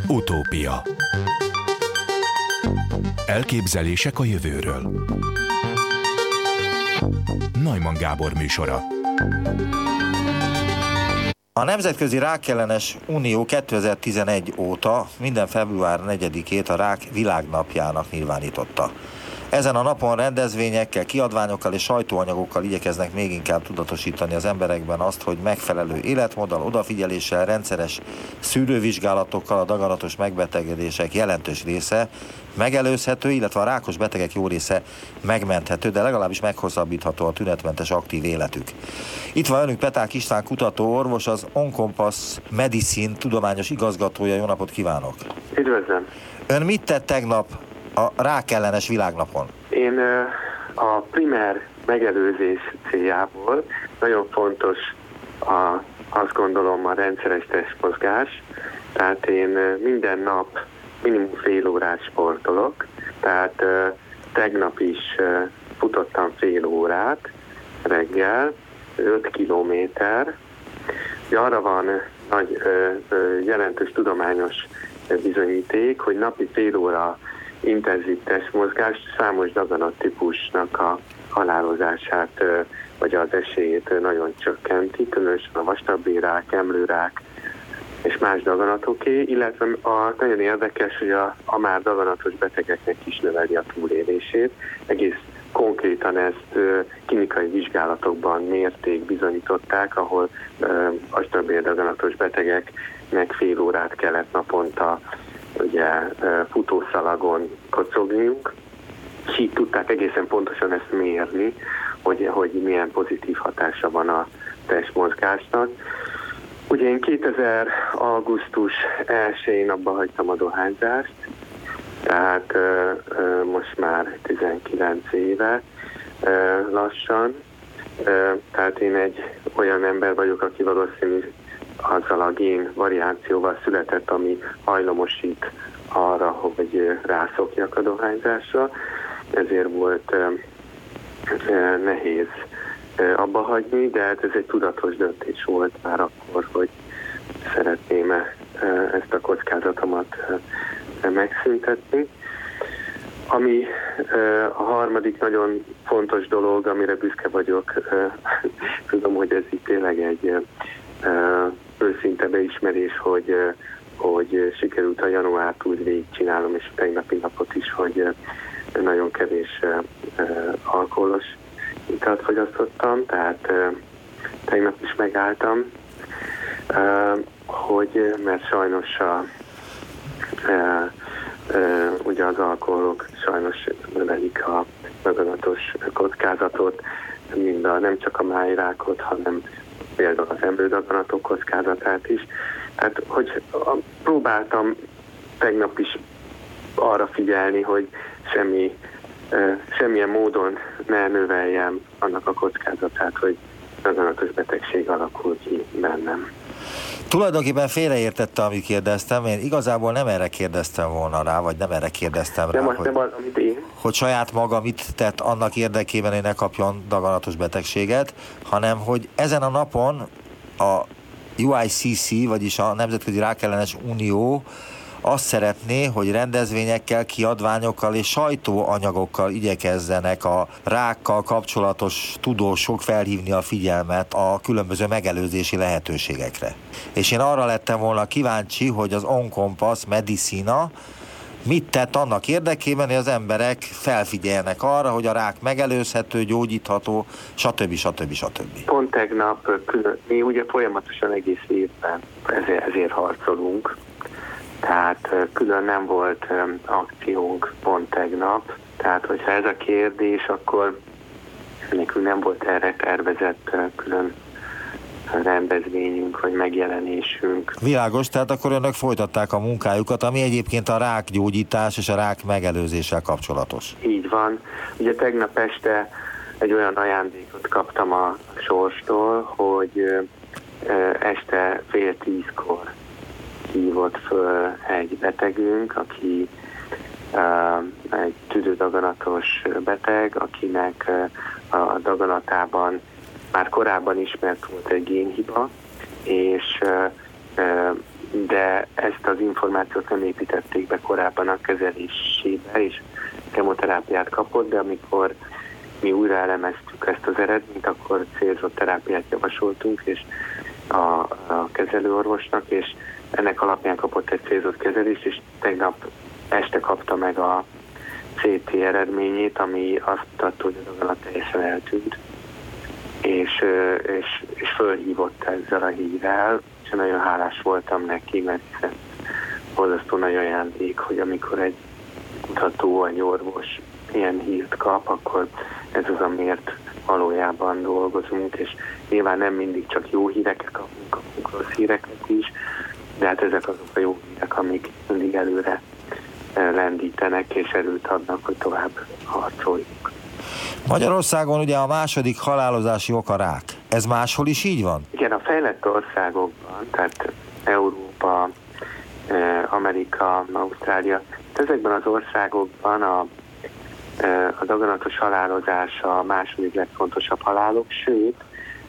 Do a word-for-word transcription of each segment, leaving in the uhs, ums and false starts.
Utópia. Elképzelések a jövőről. Neumann Gábor műsora. A Nemzetközi Rákellenes Unió kétezer-tizenegy óta minden február negyedikét a Rák Világnapjának nyilvánította. Ezen a napon rendezvényekkel, kiadványokkal és sajtóanyagokkal igyekeznek még inkább tudatosítani az emberekben azt, hogy megfelelő életmóddal, odafigyeléssel, rendszeres szűrővizsgálatokkal a daganatos megbetegedések jelentős része megelőzhető, illetve a rákos betegek jó része megmenthető, de legalábbis meghosszabbítható a tünetmentes aktív életük. Itt van önünk Peták István kutató orvos, az OnCompass Medicine tudományos igazgatója. Jó napot kívánok! Üdvözlöm! Ön mit tett tegnap a rákellenes világnapon? Én a primer megelőzés céljából nagyon fontos a, azt gondolom a rendszeres testmozgás, tehát én minden nap minimum fél órát sportolok, tehát tegnap is futottam fél órát reggel, öt kilométer. Arra van nagy jelentős tudományos bizonyíték, hogy napi fél óra intenzív testmozgás számos daganattípusnak a halálozását vagy az esélyét nagyon csökkenti, különösen a vastagbélrák, emlőrák és más daganatoké, illetve a, nagyon érdekes, hogy a, a már daganatos betegeknek is növeli a túlélését. Egész konkrétan ezt klinikai vizsgálatokban mérték, bizonyították, ahol vastagbél-daganatos betegeknek fél órát kellett naponta ugye futószalagon kocogniuk, és így tudták egészen pontosan ezt mérni, hogy, hogy milyen pozitív hatása van a testmozgásnak. Ugye én kétezer augusztus elsején abba hagytam a dohányzást, tehát ö, ö, most már tizenkilenc éve ö, lassan, ö, tehát én egy olyan ember vagyok, aki valószínű azzal a gén variációval született, ami hajlamosít arra, hogy rászokjak a dohányzásra. Ezért volt uh, uh, nehéz uh, abba hagyni, de hát ez egy tudatos döntés volt már akkor, hogy szeretném uh, ezt a kockázatomat uh, megszüntetni. Ami uh, a harmadik nagyon fontos dolog, amire büszke vagyok, uh, tudom, hogy ez itt tényleg egy uh, őszinte beismerés, hogy, hogy sikerült a januárt úgy végigcsinálom, és a tegnapi napot is, hogy nagyon kevés alkoholos italt fogyasztottam, tehát tegnap is megálltam, hogy mert sajnos a, ugye az alkoholok sajnos növelik a daganatos kockázatot, mind a, nem csak a májrákot, hanem például az emlődaganatok kockázatát is. Tehát, hogy próbáltam tegnap is arra figyelni, hogy semmi, semmilyen módon ne növeljem annak a kockázatát, hogy daganatos betegség alakul ki bennem. Tulajdonképpen félreértette, amit kérdeztem. Én igazából nem erre kérdeztem volna rá, vagy nem erre kérdeztem rá, nem hogy, az, az, amit én. hogy saját maga mit tett annak érdekében, hogy ne kapjon daganatos betegséget, hanem hogy ezen a napon a U I C C, vagyis a Nemzetközi Rákellenes Unió azt szeretné, hogy rendezvényekkel, kiadványokkal és sajtóanyagokkal igyekezzenek a rákkal kapcsolatos tudósok felhívni a figyelmet a különböző megelőzési lehetőségekre. És én arra lettem volna kíváncsi, hogy az OnCompass Medicine mit tett annak érdekében, hogy az emberek felfigyeljenek arra, hogy a rák megelőzhető, gyógyítható, stb. stb. stb. Pont tegnap, mi ugye folyamatosan egész évben ezért, ezért harcolunk, tehát külön nem volt akciónk pont tegnap, tehát hogyha ez a kérdés, akkor nekünk nem volt erre tervezett külön rendezvényünk, vagy megjelenésünk. Világos, tehát akkor önök folytatták a munkájukat, ami egyébként a rákgyógyítás és a rák megelőzéssel kapcsolatos. Így van. Ugye tegnap este egy olyan ajándékot kaptam a sorstól, hogy este fél tízkor hívott föl egy betegünk, aki egy tüdődaganatos beteg, akinek a daganatában már korábban ismert volt egy génhiba, és de ezt az információt nem építették be korábban a kezelésébe, és kemoterápiát kapott, de amikor mi újra elemeztük ezt az eredményt, akkor célzott terápiát javasoltunk, és a, a kezelőorvosnak, és ennek alapján kapott egy célzott kezelést, és tegnap este kapta meg a cé té eredményét, ami azt mutatta, hogy a daganat teljesen eltűnt, és, és, és fölhívott ezzel a hírrel, és nagyon hálás voltam neki, mert hiszen borzasztó nagy ajándék, hogy amikor egy kutató, egy orvos ilyen hírt kap, akkor ez az, amiért valójában dolgozunk, és nyilván nem mindig csak jó híreket kapunk, kapunk rossz híreket is, de hát ezek azok a jó hírek, amik mindig előre lendítenek és erőt adnak, hogy tovább harcoljunk. Magyarországon ugye a második halálozási ok a rák. Ez máshol is így van? Igen, a fejlett országokban, tehát Európa, Amerika, Ausztrália, ezekben az országokban a, a daganatos halálozás a második legfontosabb halálok, sőt,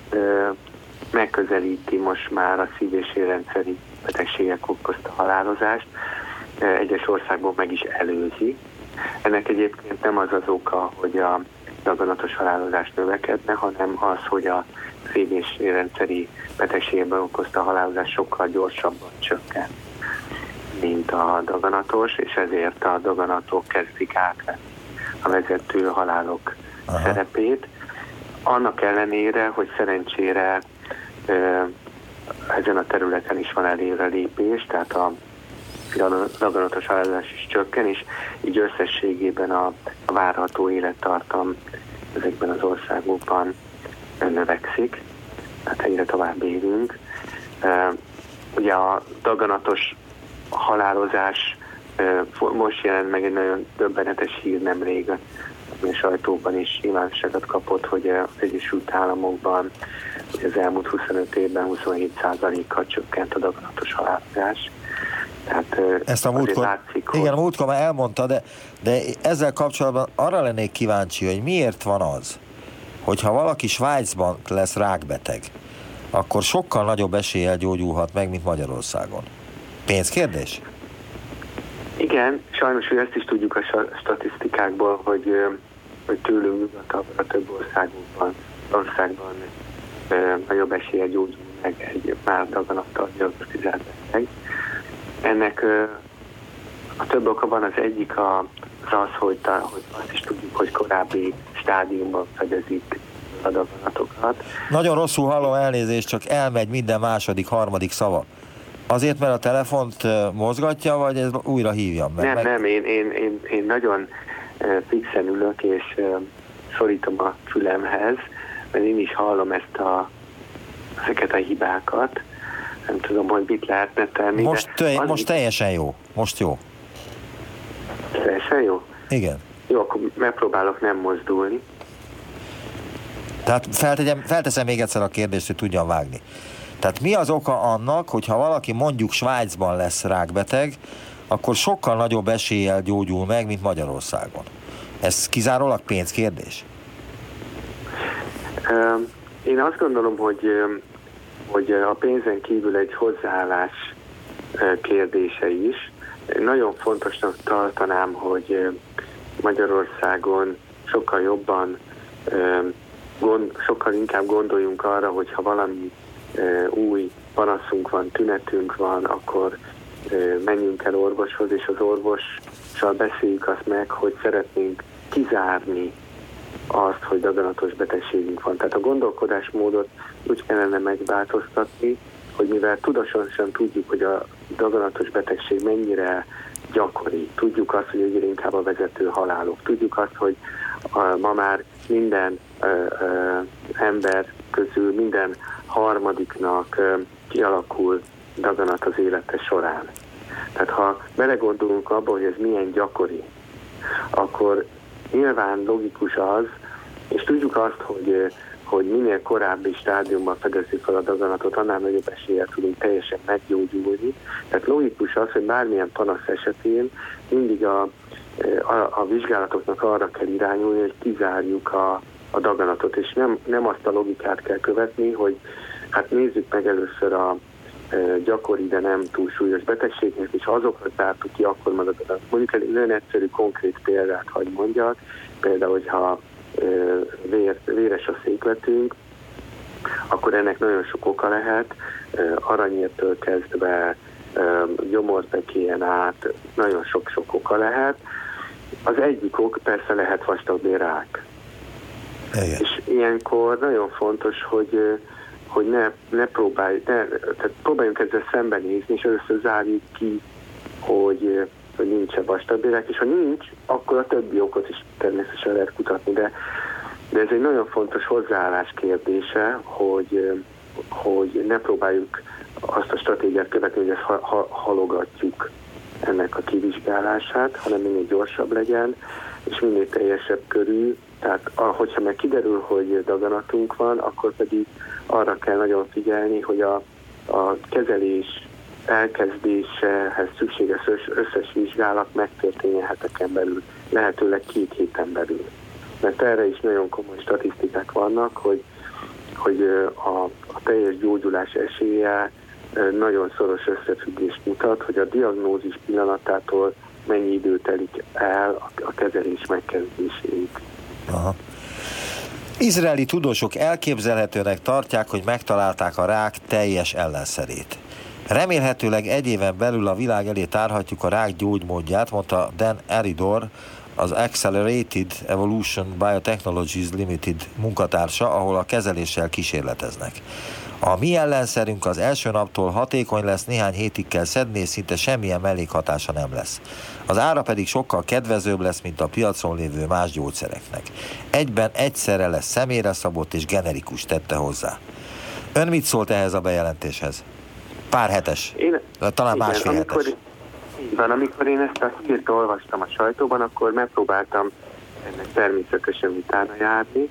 megközelíti most már a szív- és érrendszeri betegségek okozta halálozást, egyes országból meg is előzi. Ennek egyébként nem az az oka, hogy a daganatos halálozás növekedne, hanem az, hogy a szív- és érrendszeri betegségben okozta halálozás sokkal gyorsabban csökken, mint a daganatos, és ezért a daganatok kezdik átvenni a vezető halálok Aha. szerepét. Annak ellenére, hogy szerencsére ö, ezen a területen is van előrelépés, tehát a daganatos halálozás is csökken, és így összességében a, a várható élettartam ezekben az országokban növekszik, tehát egyre tovább élünk. Uh, ugye a daganatos halálozás, uh, most jelent meg egy nagyon döbbenetes hír nemrég, a sajtóban is nyilvánosságot kapott, hogy az Egyesült Államokban az elmúlt huszonöt évben huszonhét százalékkal csökkent a daganatos halálozás. Tehát, ezt a múltkor, látszik, igen, a múltkor már elmondta, de, de ezzel kapcsolatban arra lennék kíváncsi, hogy miért van az, hogyha valaki Svájcban lesz rákbeteg, akkor sokkal nagyobb eséllyel gyógyulhat meg, mint Magyarországon. Pénzkérdés? Igen, sajnos, hogy ezt is tudjuk a statisztikákból, hogy, hogy tőlünk nyugatabbra több országokban, országban nagyobb eséllyel gyógyul meg egy már daganattal diagnosztizált beteg. Ennek a több oka van, az egyik az az, hogy, ta, hogy azt is tudjuk, hogy korábbi stádiumban fedezik a daganatokat. Nagyon rosszul hallom, elnézést, csak elmegy minden második, harmadik szava. Azért, mert a telefont mozgatja, vagy ez újra hívjam meg? Nem, meg... nem, én, én, én, én nagyon fixen ülök, és szorítom a fülemhez, mert én is hallom ezt a, ezeket a hibákat. Nem tudom, hogy mit lehetne tenni. Most, te, az... most teljesen jó. Most jó. Teljesen jó? Igen. Jó, akkor megpróbálok nem mozdulni. Tehát feltegyem, felteszem még egyszer a kérdést, hogy tudjam vágni. Tehát mi az oka annak, hogyha valaki mondjuk Svájcban lesz rákbeteg, akkor sokkal nagyobb eséllyel gyógyul meg, mint Magyarországon? Ez kizárólag pénzkérdés? Én azt gondolom, hogy hogy a pénzen kívül egy hozzáállás kérdése is. Nagyon fontosnak tartanám, hogy Magyarországon sokkal jobban, sokkal inkább gondoljunk arra, hogy ha valami új panaszunk van, tünetünk van, akkor menjünk el orvoshoz, és az orvossal beszéljük azt meg, hogy szeretnénk kizárni azt, hogy daganatos betegségünk van. Tehát a gondolkodásmódot úgy kellene megváltoztatni, hogy mivel tudatosan tudjuk, hogy a daganatos betegség mennyire gyakori, tudjuk azt, hogy egyre inkább a vezető halálok, tudjuk azt, hogy a, ma már minden ö, ö, ember közül minden harmadiknak ö, kialakul daganat az élete során. Tehát ha belegondolunk abba, hogy ez milyen gyakori, akkor nyilván logikus az, és tudjuk azt, hogy, hogy minél korábbi stádiumban fedezzük fel a daganatot, annál nagyobb eséllyel tudunk teljesen meggyógyulni. Tehát logikus az, hogy bármilyen panasz esetén mindig a, a, a vizsgálatoknak arra kell irányulni, hogy kizárjuk a, a daganatot, és nem, nem azt a logikát kell követni, hogy hát nézzük meg először a gyakori, de nem túl súlyos betegségek, és azokra zártuk ki akkor magadat. Mondjuk egy nagyon egyszerű, konkrét példát hagy mondjak, például, hogyha vér, véres a székletünk, akkor ennek nagyon sok oka lehet, aranyértől kezdve, gyomorpekélyen át, nagyon sok-sok oka lehet. Az egyik ok persze lehet vastagbélrák. És ilyenkor nagyon fontos, hogy hogy ne, ne próbálj, ne, tehát próbáljunk ezzel szembenézni, és először zárjuk ki, hogy, hogy nincs-e vastagbélrák, és ha nincs, akkor a többi okot is természetesen lehet kutatni, de, de ez egy nagyon fontos hozzáállás kérdése, hogy, hogy ne próbáljuk azt a stratégiát követni, hogy ezt ha, ha, halogatjuk ennek a kivizsgálását, hanem minél gyorsabb legyen, és minél teljesebb körül. Tehát hogyha meg kiderül, hogy daganatunk van, akkor pedig arra kell nagyon figyelni, hogy a, a kezelés elkezdésehez szükséges összes vizsgálat megtörténjen heteken belül, lehetőleg két héten belül. Mert erre is nagyon komoly statisztikák vannak, hogy, hogy a, a teljes gyógyulás esélye nagyon szoros összefüggést mutat, hogy a diagnózis pillanatától mennyi idő telik el a, a kezelés megkezdéséig. Aha. Izraeli tudósok elképzelhetőnek tartják, hogy megtalálták a rák teljes ellenszerét. Remélhetőleg egy éven belül a világ elé tárhatjuk a rák gyógymódját, mondta Dan Aridor, az Accelerated Evolution Biotechnologies Limited munkatársa, ahol a kezeléssel kísérleteznek. A mi ellenszerünk az első naptól hatékony lesz, néhány hétig kell szedni, és szinte semmilyen mellékhatása nem lesz. Az ára pedig sokkal kedvezőbb lesz, mint a piacon lévő más gyógyszereknek. Egyben egyszerre lesz személyre szabott és generikus, tette hozzá. Ön mit szólt ehhez a bejelentéshez? Pár hetes. Én, talán igen, másfél amikor, hetes. Van, amikor én ezt a hírt olvastam a sajtóban, akkor megpróbáltam ennek természetesen utána járni,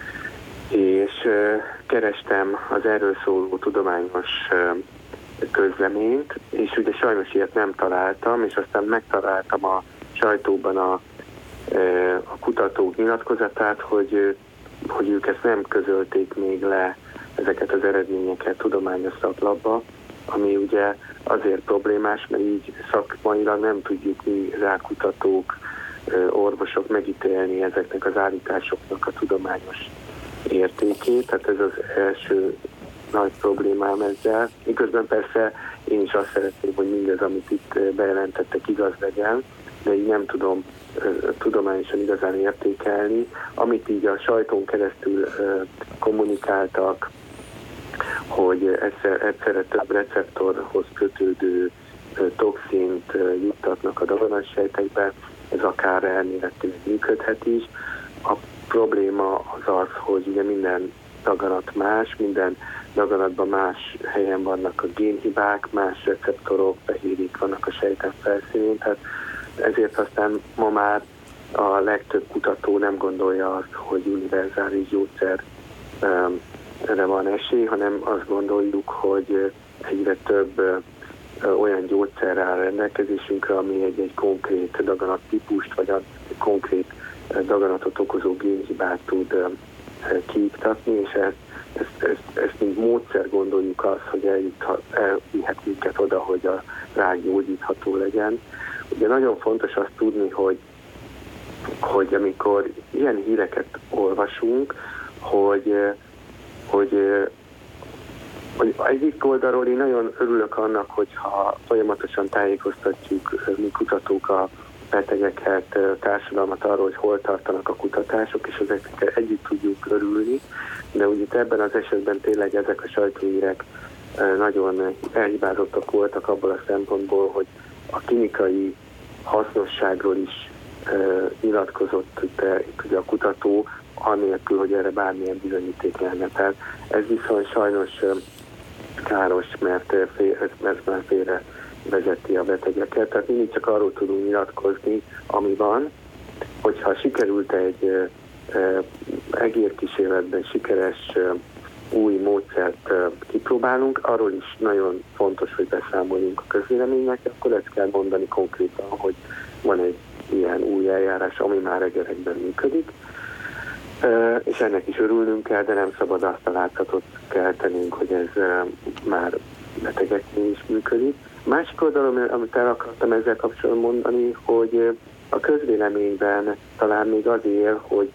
és uh, kerestem az erről szóló tudományos uh, közleményt, és ugye sajnos ilyet nem találtam, és aztán megtaláltam a sajtóban a, uh, a kutatók nyilatkozatát, hogy, uh, hogy ők ezt nem közölték még le, ezeket az eredményeket tudományos szaklapba, ami ugye azért problémás, mert így szakmailag nem tudjuk mi rákutatók, uh, orvosok megítélni ezeknek az állításoknak a tudományos értékét, tehát ez az első nagy problémám ezzel. Miközben persze én is azt szeretném, hogy mindez, amit itt bejelentettek, igaz legyen, de így nem tudom uh, tudományosan igazán értékelni. Amit így a sajtón keresztül uh, kommunikáltak, hogy egyszer, egyszerre több receptorhoz kötődő uh, toxint uh, juttatnak a daganatsejtekbe, ez akár elméletileg működhet is. A probléma az az, hogy ugye minden daganat más, minden daganatban más helyen vannak a génhibák, más receptorok, fehérjék vannak a sejtek felszínén, tehát ezért aztán ma már a legtöbb kutató nem gondolja azt, hogy univerzális gyógyszerre van esély, hanem azt gondoljuk, hogy egyre több olyan gyógyszer áll rendelkezésünkre, ami egy-egy konkrét daganat típust, vagy a konkrét daganatot okozó génhibát tud kiiktatni, és ezt, ezt, ezt, ezt mint módszer gondoljuk azt, hogy elvihet minket oda, hogy a rák gyógyítható legyen. Ugye nagyon fontos azt tudni, hogy, hogy amikor ilyen híreket olvasunk, hogy, hogy, hogy egyik oldalról én nagyon örülök annak, hogyha folyamatosan tájékoztatjuk mi kutatók a betegeket, társadalmat arról, hogy hol tartanak a kutatások, és ezekkel együtt tudjuk örülni, de ugye ebben az esetben tényleg ezek a sajtóhírek nagyon elhibázottak voltak abból a szempontból, hogy a klinikai hasznosságról is nyilatkozott ugye a kutató, anélkül, hogy erre bármilyen bizonyíték lenne. Tehát ez viszont sajnos káros, mert, fél, mert már félre vezeti a betegeket. Tehát mindig csak arról tudunk nyilatkozni, ami van, hogyha sikerült egy e, e, egérkísérletben sikeres e, új módszert e, kipróbálunk, arról is nagyon fontos, hogy beszámoljunk a közvéleménynek, akkor ezt kell mondani konkrétan, hogy van egy ilyen új eljárás, ami már egerekben működik, e, és ennek is örülnünk kell, de nem szabad azt a látszatot keltenünk, hogy ez e, már betegeknél is működik. Másik oldalon, amit el akartam ezzel kapcsolatban mondani, hogy a közvéleményben talán még az él, hogy,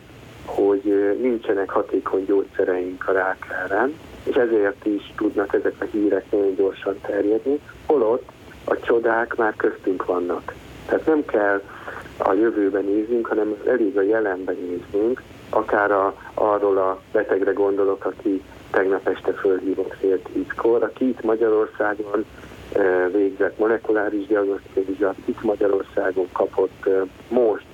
hogy nincsenek hatékony gyógyszereink a rák ellen, és ezért is tudnak ezek a hírek nagyon gyorsan terjedni, holott a csodák már köztünk vannak. Tehát nem kell a jövőben néznünk, hanem elég a jelenben néznünk, akár a, arról a betegre gondolok, aki tegnap este fölhívott fél tízkor, aki itt Magyarországon e, végzett molekuláris diagnosztikai, itt Magyarországon kapott e, most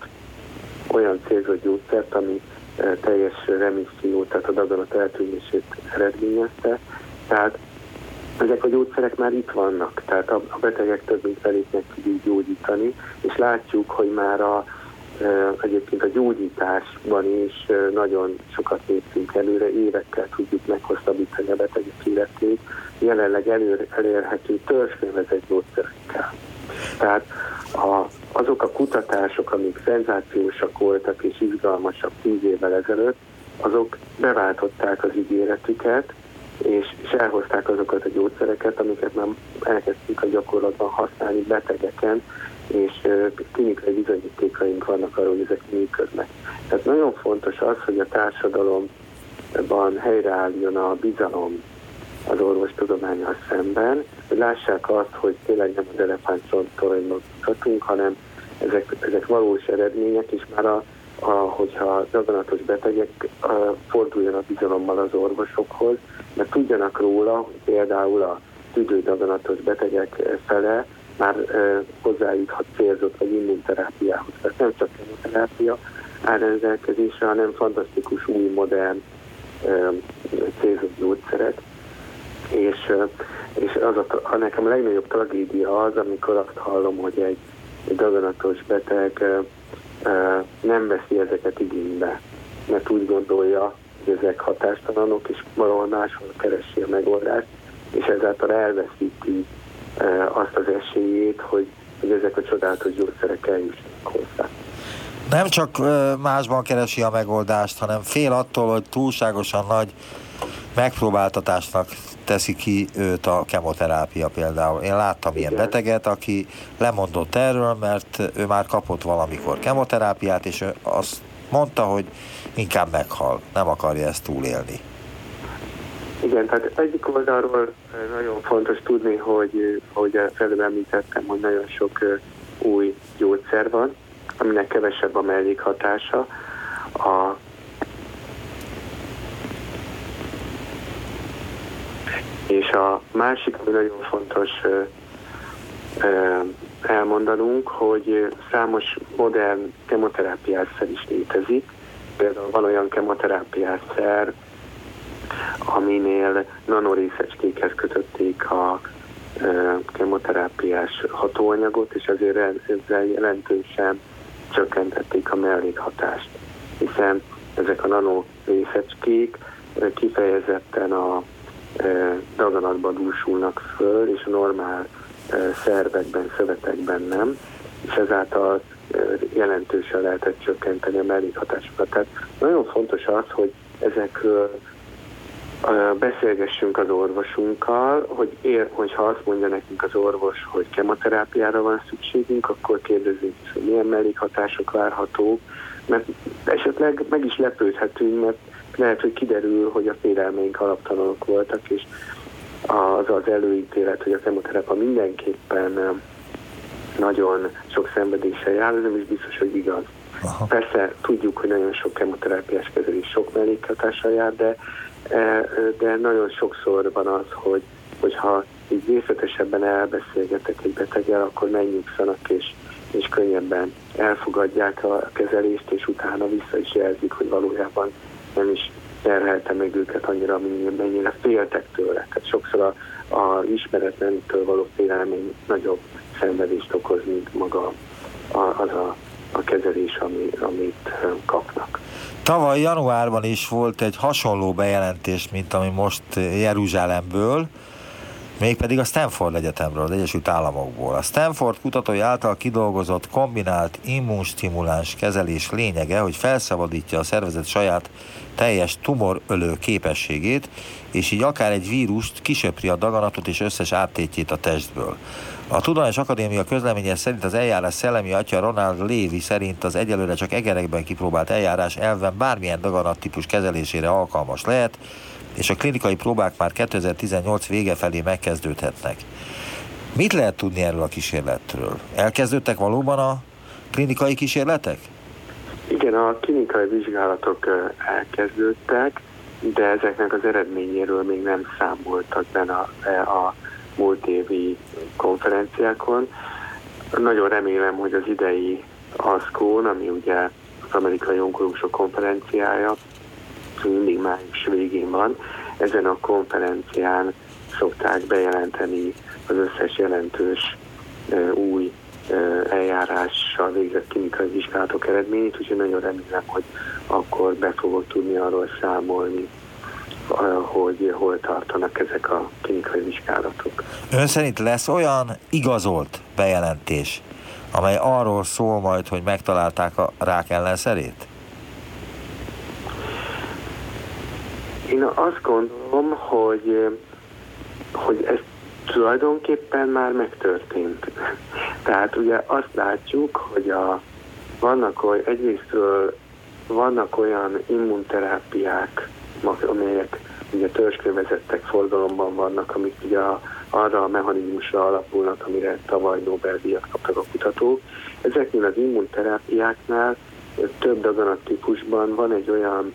olyan célzott gyógyszert, ami e, teljes remissziót, tehát a daganat eltűnését eredményezte. Tehát ezek a gyógyszerek már itt vannak, tehát a, a betegek több mint felét meg tudjuk gyógyítani, és látjuk, hogy már a egyébként a gyógyításban is nagyon sokat léptünk előre, évekkel tudjuk meghosszabbítani a betegek életét, jelenleg előre, elérhető törzsnevezett gyógyszerekkel. Tehát a, azok a kutatások, amik szenzációsak voltak és izgalmasak tíz évvel ezelőtt, azok beváltották az ígéretüket, és, és elhozták azokat a gyógyszereket, amiket már elkezdtük a gyakorlatban használni betegeken, és klinikai bizonyítékaink vannak arról, hogy ezek működnek. Tehát nagyon fontos az, hogy a társadalomban helyreálljon a bizalom az orvostudománnyal szemben, hogy lássák azt, hogy tényleg nem az elefántcsontoronyban mutatunk, hanem ezek, ezek valós eredmények, és már a, a, hogyha daganatos betegek a, forduljon a bizalommal az orvosokhoz, mert tudjanak róla, hogy például a tüdődaganatos betegek fele már e, hozzájuthat célzott vagy immunterápiához. Tehát nem csak kemoterápia áll rendelkezésre, hanem fantasztikus új, modern e, célzott gyógyszerek. És, e, és az a, a nekem a legnagyobb tragédia az, amikor azt hallom, hogy egy, egy daganatos beteg e, e, nem veszi ezeket igénybe, mert úgy gondolja, hogy ezek hatástalanok, és valahol máshol keresi a megoldást, és ezáltal elveszíti azt az esélyét, hogy, hogy ezek a csodálatos gyógyszerek eljussanak hozzá. Nem csak másban keresi a megoldást, hanem fél attól, hogy túlságosan nagy megpróbáltatásnak teszi ki őt a kemoterápia például. Én láttam Igen. ilyen beteget, aki lemondott erről, mert ő már kapott valamikor kemoterápiát, és ő azt mondta, hogy inkább meghal, nem akarja ezt túlélni. Igen, tehát egyik oldalról nagyon fontos tudni, hogy, hogy előbb említettem, hogy nagyon sok új gyógyszer van, aminek kevesebb a mellékhatása. A és a másik, ami nagyon fontos elmondanunk, hogy számos modern kemoterápiás szer is létezik. Például van olyan kemoterápiás szer, aminél nanorészecskékhez kötötték a e, kemoterápiás hatóanyagot, és azért ezzel jelentősen csökkentették a mellékhatást. Hiszen ezek a nanorészecskék kifejezetten a e, daganatba dúsulnak föl, és a normál e, szervekben, szövetekben nem, és ezáltal e, jelentősen lehetett csökkenteni a mellékhatásokat. Tehát nagyon fontos az, hogy ezekről beszélgessünk az orvosunkkal, hogy ér, hogyha azt mondja nekünk az orvos, hogy kemoterápiára van szükségünk, akkor kérdezzünk is, hogy milyen mellékhatások várhatók, mert esetleg meg is lepődhetünk, mert lehet, hogy kiderül, hogy a félelmeink alaptalanok voltak, és az az előítélet, hogy a kemoterápia mindenképpen nagyon sok szenvedéssel jár, ez nem is biztos, hogy igaz. Aha. Persze tudjuk, hogy nagyon sok kemoterápiás kezelés sok mellékhatással jár, de de nagyon sokszor van az, hogy hogyha így részletesebben elbeszélgetek egy beteggel, akkor megnyugszanak, és, és könnyebben elfogadják a kezelést, és utána vissza is jelzik, hogy valójában nem is terhelte meg őket annyira, mennyire féltek tőle. Tehát sokszor a, a ismeretlenitől való félelmény nagyobb szenvedést okoz, mint maga a, az a, a kezelés, ami, amit kapnak. Tavaly januárban is volt egy hasonló bejelentés, mint ami most Jeruzsálemből, Mégpedig a Stanford Egyetemről, az Egyesült Államokból. A Stanford kutatói által kidolgozott kombinált immunstimuláns kezelés lényege, hogy felszabadítja a szervezet saját teljes tumorölő képességét, és így akár egy vírust kisöpri a daganatot és összes áttétjét a testből. A Tudományos Akadémia közleménye szerint az eljárás szellemi atya Ronald Levy szerint az egyelőre csak egerekben kipróbált eljárás elven bármilyen daganattípus kezelésére alkalmas lehet, és a klinikai próbák már kétezer-tizennyolc vége felé megkezdődhetnek. Mit lehet tudni erről a kísérletről? Elkezdődtek valóban a klinikai kísérletek? Igen, a klinikai vizsgálatok elkezdődtek, de ezeknek az eredményéről még nem számoltak benne a, a múlt évi konferenciákon. Nagyon remélem, hogy az idei ASCO-n, ami ugye az amerikai onkológusok konferenciája, mindig május végén van, ezen a konferencián szokták bejelenteni az összes jelentős uh, új uh, eljárással végzett klinikai vizsgálatok eredményét, úgyhogy nagyon remélem, hogy akkor be fogok tudni arról számolni, uh, hogy hol tartanak ezek a klinikai vizsgálatok. Ön szerint lesz olyan igazolt bejelentés, amely arról szól majd, hogy megtalálták a rák ellenszerét? Én azt gondolom, hogy, hogy ez tulajdonképpen már megtörtént. Tehát ugye azt látjuk, hogy a, vannak olyan, egyrésztről vannak olyan immunterápiák, amelyek ugye törzskövezettek forgalomban vannak, amik ugye a, arra a mechanizmusra alapulnak, amire tavaly Nobel-díjat kaptak a kutatók. Ezeknél az immunterápiáknál több daganattípusban van egy olyan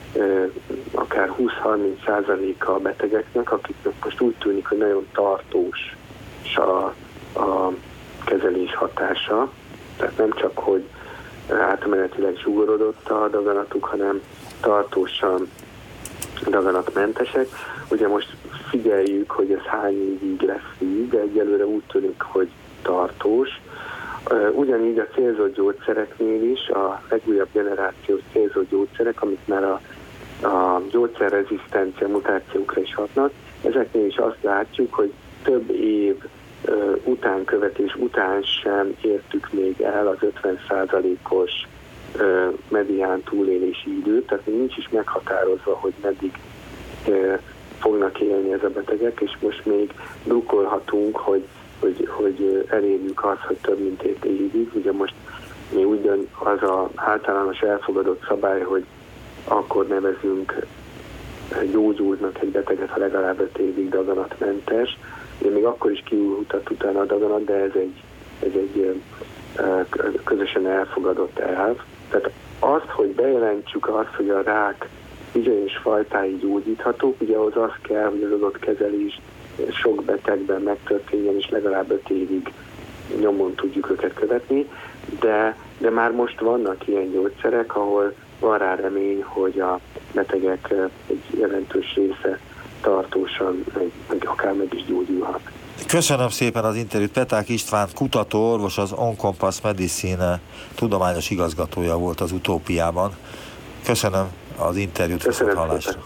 akár húsz-harminc százaléka a betegeknek, akiknek most úgy tűnik, hogy nagyon tartós a, a kezelés hatása. Tehát nem csak, hogy átmenetileg zsugorodott a daganatuk, hanem tartósan daganatmentesek. Ugye most figyeljük, hogy ez hány évig lesz így, de egyelőre úgy tűnik, hogy tartós. Ugyanígy a célzott gyógyszereknél is, a legújabb generációs célzott gyógyszerek, amik már a, a gyógyszerrezisztencia mutációkra is hatnak, ezeknél is azt látjuk, hogy több év uh, utánkövetés után sem értük még el az ötven százalékos uh, medián túlélési időt, tehát nincs is meghatározva, hogy meddig uh, fognak élni ez a betegek, és most még drukkolhatunk, hogy Hogy, hogy elérjük azt, hogy több mint egy évig. Ugye most mi úgy dönt, az az általános elfogadott szabály, hogy akkor nevezünk gyógyultnak egy beteget, ha legalább öt évig daganatmentes. Ugye még akkor is kiújult utána a daganat, de ez egy, ez egy közösen elfogadott elv. Tehát azt, hogy bejelentsük azt, hogy a rák bizonyos fajtái gyógyíthatók, ugye ahhoz az kell, hogy az adott kezelés sok betegben megtörténjen, és legalább öt évig nyomon tudjuk őket követni, de, de már most vannak ilyen gyógyszerek, ahol van rá remény, hogy a betegek egy jelentős része tartósan, meg, meg akár meg is gyógyulhat. Köszönöm szépen az interjút. Peták István kutató orvos, az Oncompass Medicine tudományos igazgatója volt az Utópiában. Köszönöm az interjút, viszont hallásra.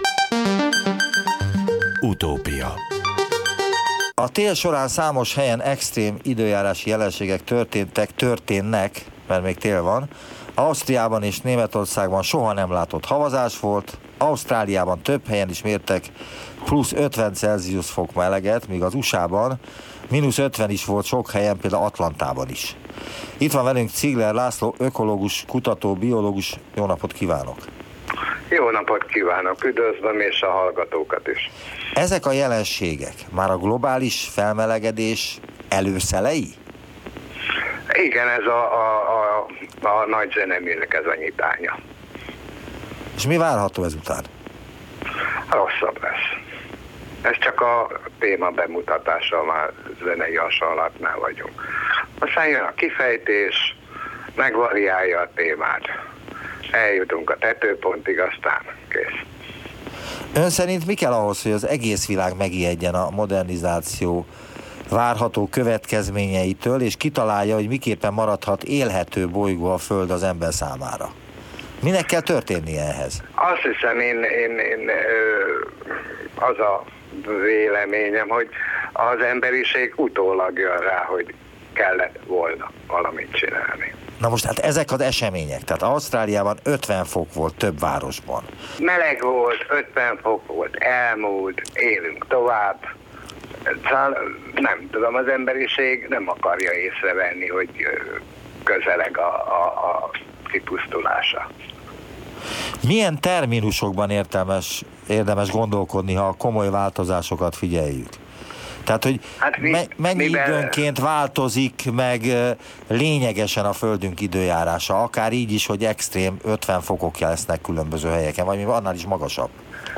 Utópia. A tél során számos helyen extrém időjárási jelenségek történtek, történnek, mert még tél van. Ausztriában és Németországban soha nem látott havazás volt, Ausztráliában több helyen is mértek plusz ötven Celsius fok meleget, míg az u es á-ban mínusz ötven is volt sok helyen, például Atlantában is. Itt van velünk Cigler László, ökológus, kutató, biológus. Jó napot kívánok! Jó napot kívánok, üdvözlöm és a hallgatókat is. Ezek a jelenségek már a globális felmelegedés előszelei? Igen, ez a, a, a, a nagy zeneműnek ez a nyitánya. És mi várható ezután? Rosszabb lesz. Ez csak a téma bemutatása, már zenei hasonlatnál vagyunk. Aztán jön a kifejtés, megvariálja a témát. Eljutunk a tetőpontig, aztán kész. Ön szerint mi kell ahhoz, hogy az egész világ megijedjen a modernizáció várható következményeitől, és kitalálja, hogy miképpen maradhat élhető bolygó a Föld az ember számára? Minek kell történnie ehhez? Azt hiszem, én, én, én az a véleményem, hogy az emberiség utólag jön rá, hogy kellett volna valamit csinálni. Na most hát ezek az események, tehát Ausztráliában ötven fok volt több városban. Meleg volt, ötven fok volt, elmúlt, élünk tovább. Szóval nem tudom, az emberiség nem akarja észrevenni, hogy közeleg a, a, a kipusztulása. Milyen terminusokban értelmes, érdemes gondolkodni, ha a komoly változásokat figyeljük? Tehát, hogy hát mi, me, mennyi mivel... időnként változik meg lényegesen a Földünk időjárása, akár így is, hogy extrém ötven fokok lesznek különböző helyeken, vagy annál is magasabb?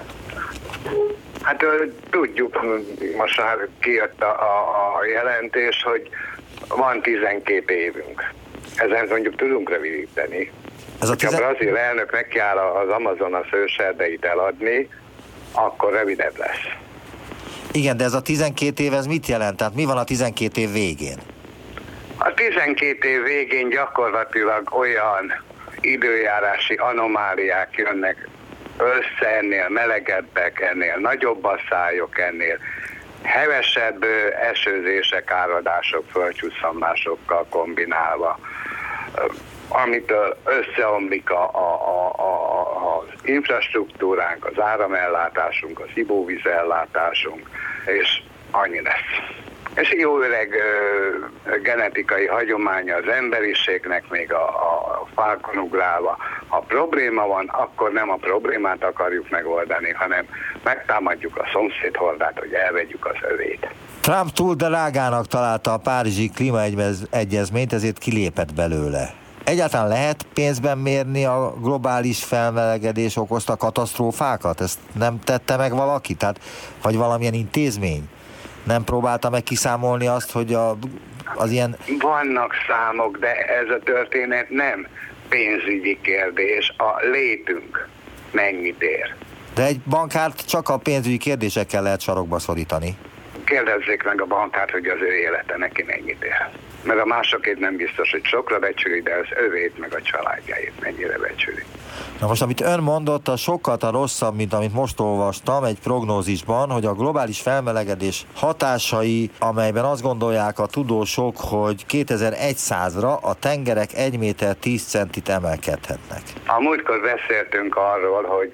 Hát tudjuk, most már kijött a, a, a jelentés, hogy van tizenkét évünk. Ezen mondjuk tudunk rövidíteni. Ez a tizen... Ha a brazil elnök nekiáll az Amazonas őserdeit eladni, akkor rövidebb lesz. Igen, de ez a tizenkét év, ez mit jelent? Tehát mi van a tizenkét év végén? A tizenkét év végén gyakorlatilag olyan időjárási anomáliák jönnek össze, ennél melegebbek, ennél nagyobb asszályok, ennél hevesebb esőzések, áradások, földcsúszamlásokkal kombinálva, amitől összeomlik a, a, a, a, az infrastruktúránk, az áramellátásunk, az ivóvízellátásunk, és annyi lesz. És jó öreg ö, genetikai hagyománya az emberiségnek, még a, a fákon ugrálva. Ha probléma van, akkor nem a problémát akarjuk megoldani, hanem megtámadjuk a szomszéd hordát, hogy elvegyük az övét. Trump túl drágának találta a párizsi klímaegyezményt, ezért kilépett belőle. Egyáltalán lehet pénzben mérni a globális felmelegedés okozta katasztrófákat? Ezt nem tette meg valaki? Tehát, vagy valamilyen intézmény? Nem próbálta meg kiszámolni azt, hogy a, az ilyen... Vannak számok, de ez a történet nem pénzügyi kérdés. A létünk mennyit ér. De egy bankárt csak a pénzügyi kérdésekkel lehet sarokba szorítani. Kérdezzék meg a bankárt, hogy az ő élete neki mennyit ér. Meg a másokét nem biztos, hogy sokra becsüli, de az övét meg a családjáit mennyire becsüli. Na most, amit ön mondott, az sokkal a rosszabb, mint amit most olvastam egy prognózisban, hogy a globális felmelegedés hatásai, amelyben azt gondolják a tudósok, hogy kétezer-százra a tengerek egy méter tíz centit emelkedhetnek. A múltkor beszéltünk arról, hogy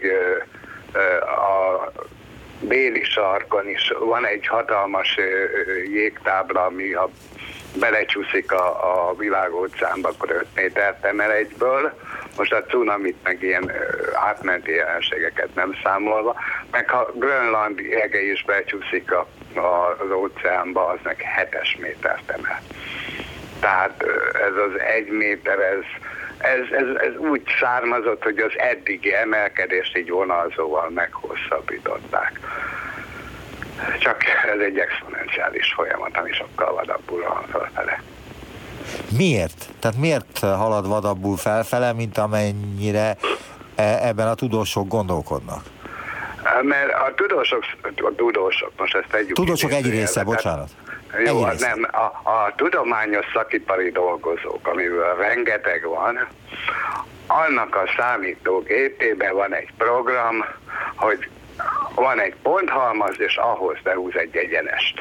a déli sarkon is van egy hatalmas jégtábla, ami a belecsúszik a, a világóceánba, akkor öt métert emel egyből. Most a cunamit meg ilyen átmenti jelenségeket nem számolva, meg ha Grönland jege is becsúszik a, a, az óceánba, az meg hetes métert emel. Tehát ez az egy méter, ez, ez, ez, ez úgy származott, hogy az eddigi emelkedést így vonalzóval meghosszabbították. Csak ez egy exponenciális folyamat, ami sokkal vadabbul van felfele. Miért? Tehát miért halad vadabbul felfele, mint amennyire ebben a tudósok gondolkodnak? Mert a tudósok, a tudósok most ezt tegyük... Tudósok egy része, bocsánat. Jó, része. Nem, a, a tudományos szakipari dolgozók, amiből rengeteg van, annak a számítógépében van egy program, hogy van egy ponthalmaz, és ahhoz behúz egy egyenest.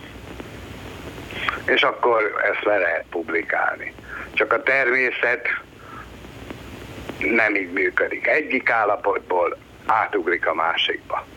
És akkor ezt le lehet publikálni. Csak a természet nem így működik. Egyik állapotból átugrik a másikba.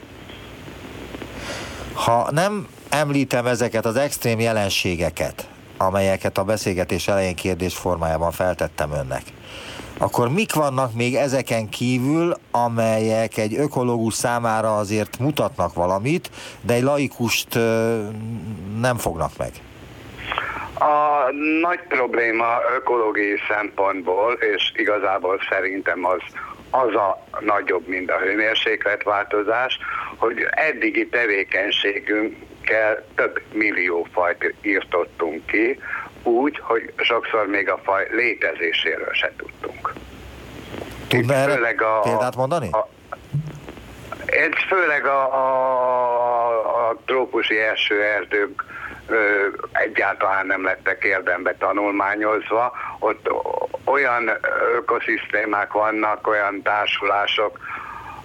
Ha nem említem ezeket az extrém jelenségeket, amelyeket a beszélgetés elején kérdés formájában feltettem önnek, akkor mik vannak még ezeken kívül, amelyek egy ökológus számára azért mutatnak valamit, de egy laikust nem fognak meg? A nagy probléma ökológiai szempontból, és igazából szerintem az, az a nagyobb, mint a hőmérsékletváltozás, hogy eddigi tevékenységünkkel több millió fajt írtottunk ki, úgy, hogy sokszor még a faj létezéséről se tudtunk. Tudna erre a, példát mondani? A, ez főleg a, a, a trópusi esőerdők ö, egyáltalán nem lettek érdembe tanulmányozva. Ott olyan ökoszisztémák vannak, olyan társulások,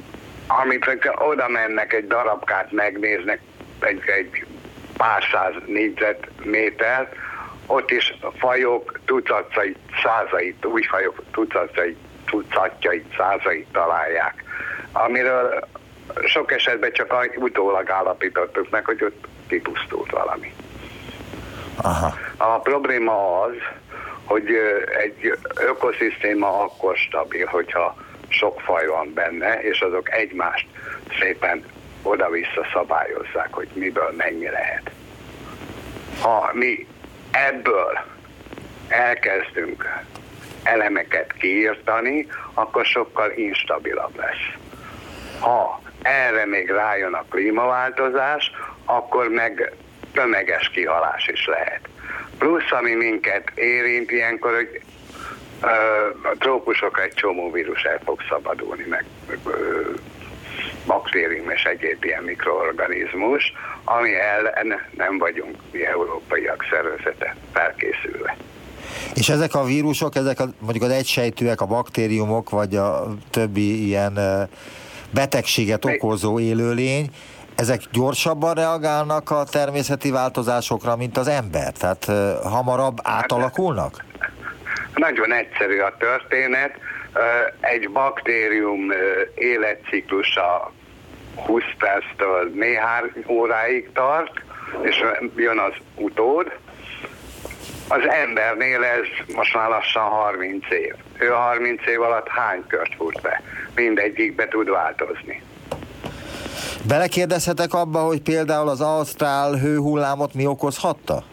amit oda mennek egy darabkát megnéznek, egy, egy pár száz négyzetmétert, ott is fajok tucatjait, százait, új fajok tucatjait, tucatjait, százait találják, amiről sok esetben csak utólag állapítottuk meg, hogy ott kipusztult valami. Aha. A probléma az, hogy egy ökoszisztéma akkor stabil, hogyha sok faj van benne, és azok egymást szépen oda-vissza szabályozzák, hogy miből mennyi lehet. Ha mi ebből elkezdünk elemeket kiírtani, akkor sokkal instabilabb lesz. Ha erre még rájön a klímaváltozás, akkor meg tömeges kihalás is lehet. Plusz, ami minket érint ilyenkor, hogy ö, a trópusokra egy csomó vírus el fog szabadulni, meg ö, baktérium és egyéb ilyen mikroorganizmus, ami ellen nem vagyunk mi európaiak szervezete felkészülve. És ezek a vírusok, ezek a, mondjuk az egysejtűek, a baktériumok, vagy a többi ilyen betegséget okozó élőlény, ezek gyorsabban reagálnak a természeti változásokra, mint az ember? Tehát hamarabb átalakulnak? Nagyon egyszerű a történet. Egy baktérium életciklusa húsz perctől néhány óráig tart, és jön az utód. Az embernél ez most már lassan harminc év. Ő a harminc év alatt hány kört fut be? Mindegyikbe tud változni. Belekérdezhetek abba, hogy például az ausztrál hőhullámot mi okozhatta?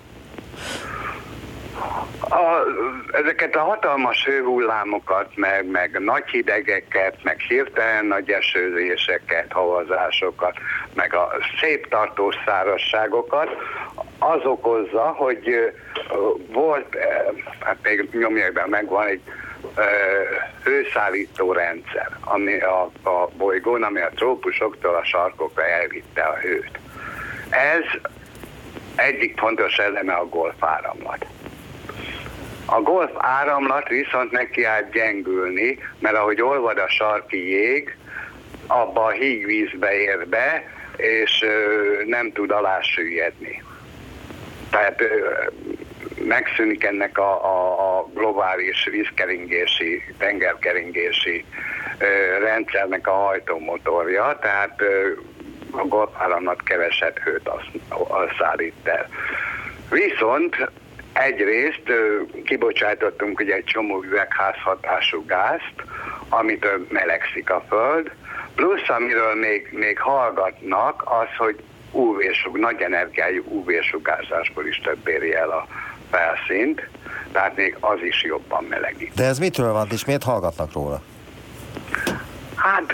A, ezeket a hatalmas hőhullámokat, meg, meg nagy hidegeket, meg hirtelen nagy esőzéseket, havazásokat, meg a szép tartós szárazságokat, az okozza, hogy volt, hát még nyomjaiban megvan egy hőszállító rendszer, ami a, a bolygón, ami a trópusoktól a sarkokra elvitte a hőt. Ez egyik fontos eleme a Golf áramlat. A Golf áramlat viszont neki állt gyengülni, mert ahogy olvad a sarki jég, abba a hígvízbe ér be, és nem tud alásüllyedni. Tehát megszűnik ennek a, a, a globális vízkeringési, tengerkeringési ö, rendszernek a hajtómotorja, tehát ö, a golfáramlat kevesebb hőt az, az szállít el. Viszont egyrészt ö, kibocsátottunk ugye egy csomó üvegházhatású gázt, amitől melegszik a Föld, plusz amiről még, még hallgatnak az, hogy ú vé-sug, nagy energiájú ú vé-sugárzásból is több éri el a felszínt, tehát még az is jobban melegít. De ez mitől van, és miért hallgatnak róla? Hát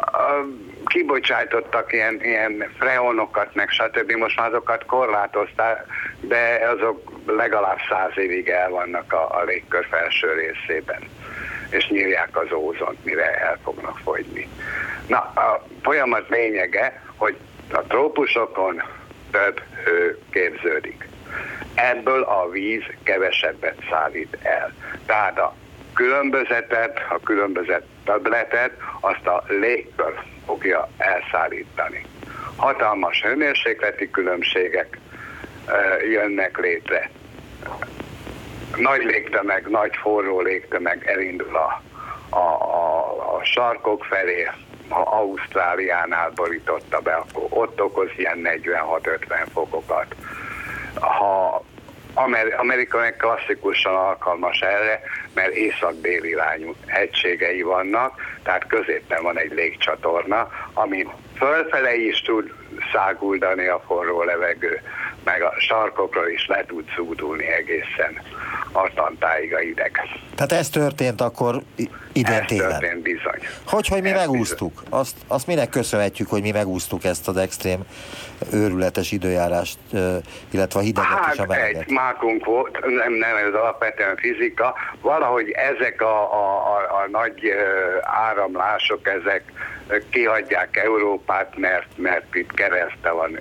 kibocsátottak ilyen, ilyen freonokat, meg stb. Most már azokat korlátozták, de azok legalább száz évig el vannak a, a légkör felső részében, és nyírják az ózont, mire el fognak fogyni. Na, a folyamat lényege, hogy a trópusokon több hő képződik. Ebből a víz kevesebbet szállít el. Tehát a különbözetet, a különbözet többletet azt a légkör fogja elszállítani. Hatalmas hőmérsékleti különbségek uh, jönnek létre. Nagy légtömeg, nagy forró légtömeg elindul a, a, a, a sarkok felé, ha Ausztráliánál borította be, akkor ott okoz ilyen negyvenhat-ötven fokokat. Ha Amerika meg klasszikusan alkalmas erre, mert észak-déli irányú hegységei vannak, tehát középen van egy légcsatorna, ami fölfele is tud száguldani a forró levegő, meg a sarkokról is le tud zúdulni egészen Atlantáig a ideg. Tehát ez történt akkor idén télen? Ez történt bizony. Hogy, hogy mi ez megúsztuk? Azt, azt minek köszönhetjük, hogy mi megúsztuk ezt az extrém őrületes időjárást, illetve a hideget hát és a meleget? egy mákunk volt, nem, nem ez alapvetően fizika, valahogy ezek a, a, a, a nagy áramlások, ezek kihagyják Európát, mert, mert itt kereszte van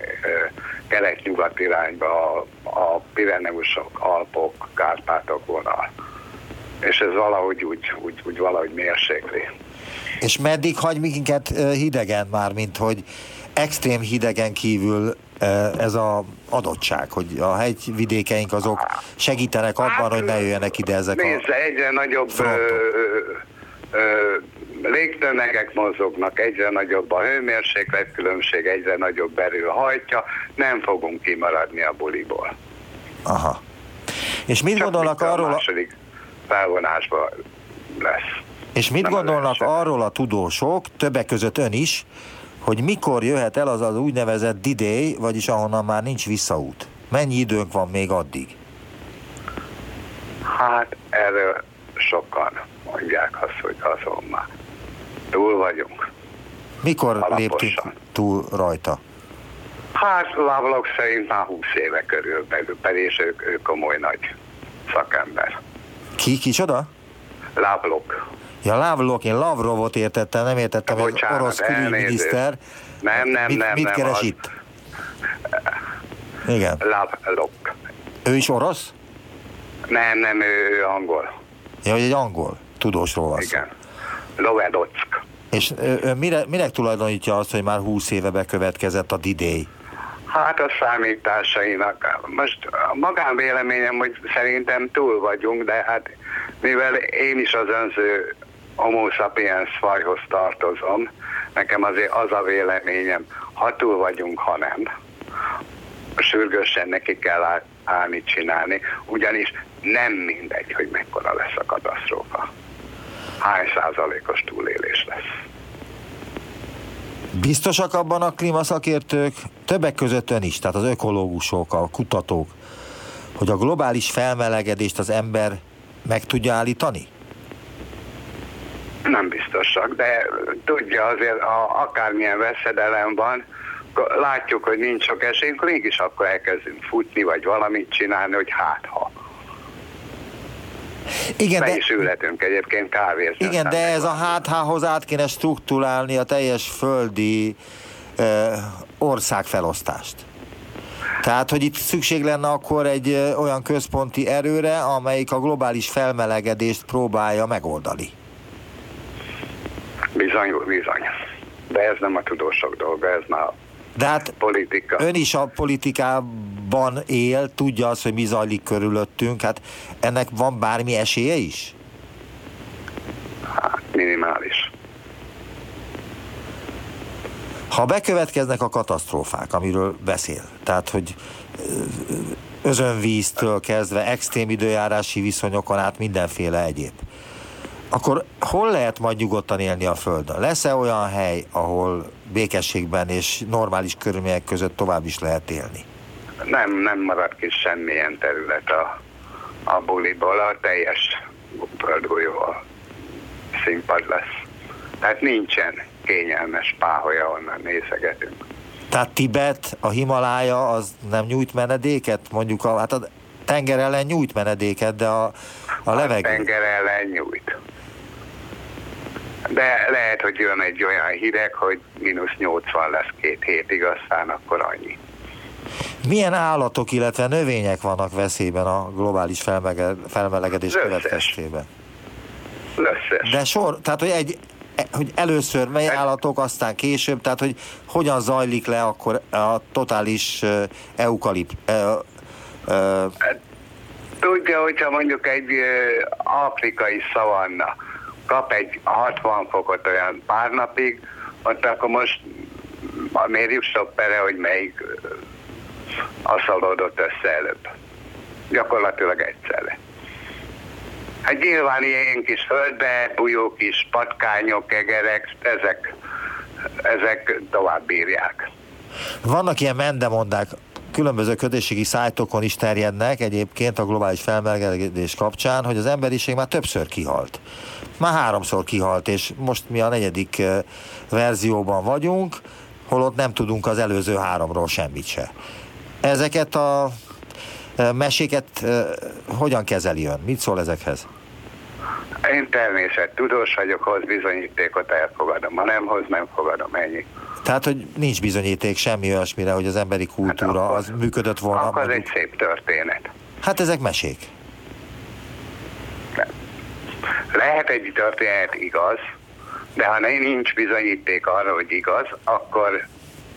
kelet-nyugat irányba a, a Pireneusok, Alpok, Kárpátok vonal. és ez valahogy úgy, úgy, úgy valahogy mérsékli. És meddig hagy minket hidegen már, mint hogy extrém hidegen kívül ez az adottság, hogy a hegyvidékeink azok segítenek abban, hát, hogy ne jöjjenek ide ezek nézze, a egyre nagyobb ö, ö, légtömegek mozognak, egyre nagyobb a hőmérséklet különbség, egyre nagyobb erő hajtja, nem fogunk kimaradni a buliból. Aha. És mit Csak gondolnak mit arról a második felvonásban lesz? És mit nem gondolnak arról a tudósok, többek között ön is, hogy mikor jöhet el az az úgynevezett D-Day, vagyis ahonnan már nincs visszaút? Mennyi időnk van még addig? Hát erről sokan mondják azt, hogy azon már túl vagyunk. Mikor Alaposan. léptünk túl rajta? Hát Lovelock szerint már húsz éve körülbelül, pedig ő, ő komoly nagy szakember. Ki, kicsoda? Lovelock. Ja, Lovelock, én Lavrovot értettem, nem értettem, hogy az orosz külügyminiszter. Nem, nem, mit, nem. Mit nem, keres az... itt? Igen. Lovelock. Ő is orosz? Nem, nem, ő, ő angol. Ja, hogy egy angol tudósról van szó. Igen. Lovelock. És ön mire, minek tulajdonítja azt, hogy már húsz éve bekövetkezett a D-Day? Hát a számításainak. Most a magánvéleményem, hogy szerintem túl vagyunk, de hát mivel én is az önző Homo sapiens fajhoz tartozom, nekem azért az a véleményem, ha túl vagyunk, ha nem. Sürgősen neki kell állni, csinálni, ugyanis nem mindegy, hogy mekkora lesz a katasztrófa. Hány százalékos túlélés lesz. Biztosak abban a klímaszakértők, többek között ön is, tehát az ökológusok, a kutatók, hogy a globális felmelegedést az ember meg tudja állítani? Nem biztosak, de tudja azért, ha akármilyen veszedelem van, látjuk, hogy nincs sok esélyünk, mégis akkor elkezdünk futni, vagy valamit csinálni, hogy hát ha. Igen, Be de, is ülhetünk egyébként kávézni. igen, de ez a háthához át kéne struktúrálni a teljes földi eh, országfelosztást. Tehát, hogy itt szükség lenne akkor egy eh, olyan központi erőre, amelyik a globális felmelegedést próbálja megoldani. Bizony, bizony. De ez nem a tudósok dolga, ez már a De hát politika. Ön is a politikában él, tudja azt, hogy mi zajlik körülöttünk, hát ennek van bármi esélye is? Hát minimális. Ha bekövetkeznek a katasztrófák, amiről beszél, tehát, hogy özönvíztől kezdve extrém időjárási viszonyokon át mindenféle egyéb, akkor hol lehet majd nyugodtan élni a Földön? Lesz-e olyan hely, ahol békességben és normális körülmények között tovább is lehet élni? Nem, nem marad ki semmilyen terület a, a buliból, a teljes földgolyó a színpad lesz. Tehát nincsen kényelmes páholya, onnan nézegetünk. Tehát Tibet, a Himalája, az nem nyújt menedéket? Mondjuk a, hát a tenger ellen nyújt menedéket, de a, a levegő... A tenger ellen nyújt. De lehet, hogy jön egy olyan hideg, hogy mínusz nyolcvan lesz két hétig, aztán akkor annyi. Milyen állatok, illetve növények vannak veszélyben a globális felmelegedés következtében? Összes. De sor, tehát hogy, egy, hogy először mely állatok, aztán később, tehát hogy hogyan zajlik le akkor a totális uh, eukalip... Uh, uh, Tudja, hogyha mondjuk egy uh, afrikai szavanna kap egy hatvan fokot olyan pár napig, ott akkor most mérjük stoppere, hogy melyik uh, aszalódott össze előbb. Gyakorlatilag egyszerre. Hát nyilván ilyen kis földbe bújó kis patkányok, egerek, ezek, ezek tovább bírják. Vannak ilyen mendemondák, különböző közösségi szájtokon is terjednek egyébként a globális felmelegedés kapcsán, hogy az emberiség már többször kihalt. Már háromszor kihalt, és most mi a negyedik verzióban vagyunk, holott nem tudunk az előző háromról semmit se. Ezeket a meséket hogyan kezeli ön? Mit szól ezekhez? Én természettudós vagyok, hoz bizonyítékot elfogadom, ha nem hoz, nem fogadom, ennyi. Tehát, hogy nincs bizonyíték semmi olyasmire, hogy az emberi kultúra hát akkor, az működött volna. Akkor ez egy szép történet. Hát ezek mesék. Nem. Lehet egy történet igaz, de ha nincs bizonyíték arra, hogy igaz, akkor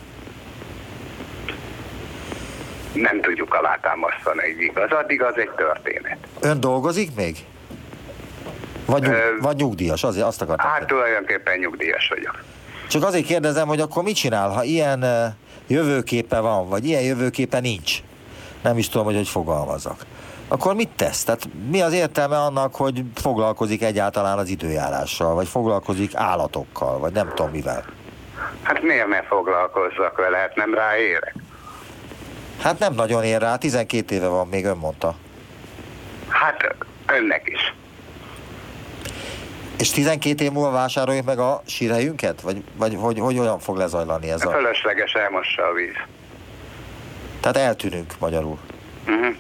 nem tudjuk alátámasztani, hogy igaz. Addig az egy történet. Ön dolgozik még? Vagy, nyug, Ö, vagy nyugdíjas? Azért azt akartam. Hát tulajdonképpen nyugdíjas vagyok. Csak azért kérdezem, hogy akkor mit csinál, ha ilyen uh, jövőképe van, vagy ilyen jövőképe nincs? Nem is tudom, hogy hogy fogalmazzak. Akkor mit tesz? Tehát mi az értelme annak, hogy foglalkozik egyáltalán az időjárással, vagy foglalkozik állatokkal, vagy nem tudom mivel? Hát miért ne foglalkozzak vele? Hát nem ráérek. Hát nem nagyon ér rá, tizenkét éve van, még ön mondta. Hát önnek is. És tizenkét év múlva vásároljuk meg a sírhelyünket? Vagy, vagy hogy, hogy olyan fog lezajlani ez a... Fölösleges elmossa a víz. Tehát eltűnünk magyarul. Uh-huh.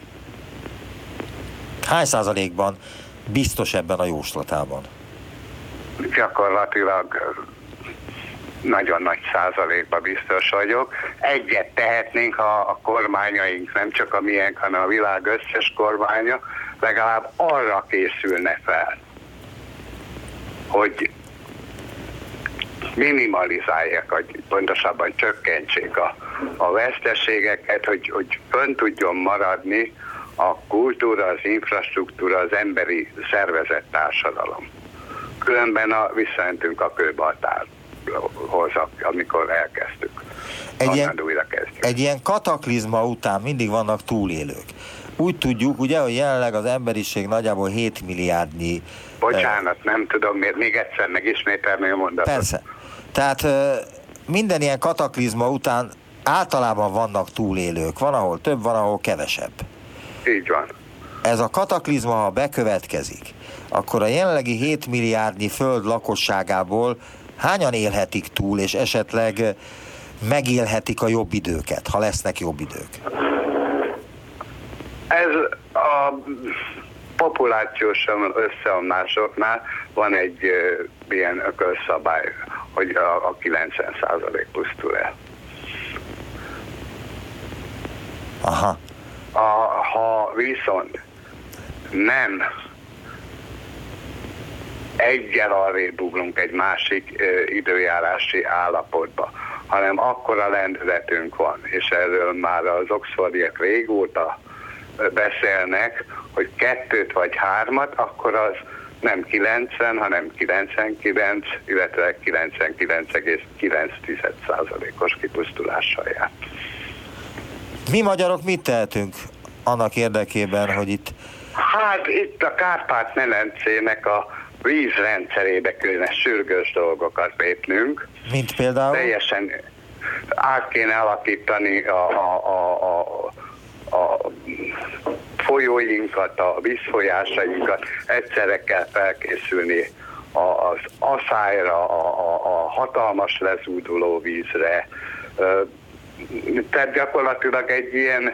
Hány százalékban biztos ebben a jóslatában? Gyakorlatilag nagyon nagy százalékban biztos vagyok. Egyet tehetnénk, ha a kormányaink, nem csak a miénk, hanem a világ összes kormánya legalább arra készülne fel, hogy minimalizálják, hogy pontosabban csökkentsék a, a veszteségeket, hogy, hogy fönn tudjon maradni a kultúra, az infrastruktúra, az emberi szervezett társadalom. Különben a, visszajöntünk a kőbaltárhoz, amikor elkezdtük. Egy ilyen, egy ilyen kataklizma után mindig vannak túlélők. Úgy tudjuk, ugye, hogy jelenleg az emberiség nagyjából hét milliárdnyi... Bocsánat, eh, nem tudom, miért még egyszer megismételni a mondatot. Persze. Tehát eh, minden ilyen kataklizma után általában vannak túlélők. Van, ahol több, van, ahol kevesebb. Így van. Ez a kataklizma, ha bekövetkezik, akkor a jelenlegi hét milliárdnyi föld lakosságából hányan élhetik túl, és esetleg megélhetik a jobb időket, ha lesznek jobb idők? Ez a populációs összeomlásoknál van egy uh, ilyen ökölszabály, hogy a, a kilencven százalék pusztul el. Aha. A, ha viszont nem egyel arrébb ugrunk egy másik uh, időjárási állapotba, hanem akkora lendületünk van, és erről már az oxfordiak régóta beszélnek, hogy kettőt vagy hármat, akkor az nem kilencven, hanem kilencvenkilenc, illetve kilencvenkilenc egész kilenc százalékos kipusztulással jár. Mi magyarok mit tehetünk annak érdekében, hogy itt... Hát itt a Kárpát-medencének a vízrendszerébe kellene sürgős dolgokat lépnünk. Mint például? Teljesen át kéne alakítani a, a, a, a, a folyóinkat, a vízfolyásainkat, egyszerre kell felkészülni az aszályra, a, a, a hatalmas lezúduló vízre. Tehát gyakorlatilag egy ilyen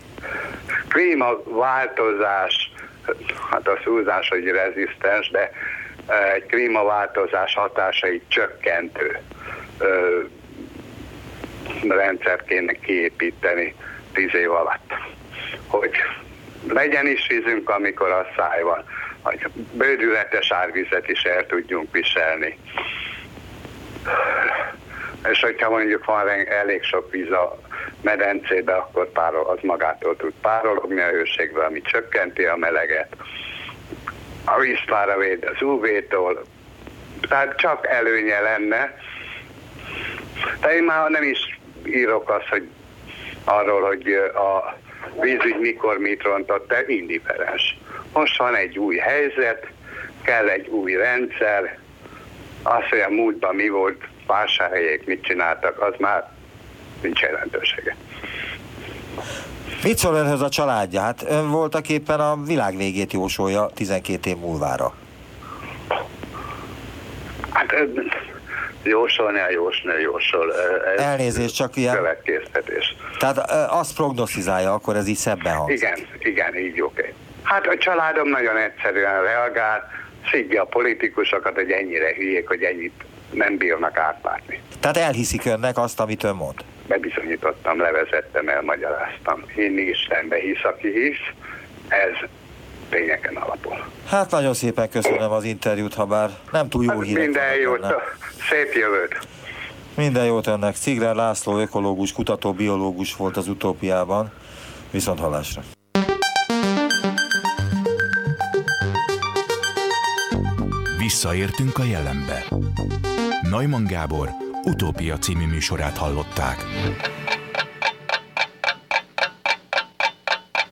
klímaváltozás, hát a szúzás, hogy rezisztens, de egy klímaváltozás hatásait csökkentő ö, rendszert kéne kiépíteni tíz év alatt. Hogy legyen is vízünk, amikor a száj van, hogy bődületes árvizet is el tudjunk viselni. És hogyha mondjuk van elég sok víz a medencébe, akkor párol, az magától tud párologni a hőségbe, ami csökkenti a meleget. A vízpára véd az ú vé-tól, tehát csak előnye lenne. De én már nem is írok azt, hogy arról, hogy a vízügy mikor mit rontott el, indifferens. Most van egy új helyzet, kell egy új rendszer, az, hogy a múltban mi volt, vásárhelyek mit csináltak, az már nincs jelentősége. Mit szól önhöz a családja? Hát ön voltak éppen a világ végét jósolja tizenkét év múlvára. Hát jósolni a jósnő jósol. Ez elnézést, csak ilyen... következtetés. Tehát azt prognosztizálja, akkor ez így szebben hangzik. Igen, igen, így oké. Okay. Hát a családom nagyon egyszerűen reagál, szidja a politikusokat, hogy ennyire hülyék, hogy ennyit nem bírnak átlátni. Tehát elhiszik önnek azt, amit ön mond? Bebizonyítottam, levezettem, elmagyaráztam. Hinni Istenbe hisz, aki hisz. Ez tényeken alapul. Hát nagyon szépen köszönöm az interjút, ha bár nem túl jó hát hírek. Minden jót, benne. Szép jövőt! Minden jót önnek. Cigler László ökológus, kutató, biológus volt az Utópiában. Viszont hallásra. Visszaértünk a jelenbe. Neumann Gábor Utópia című műsorát hallották.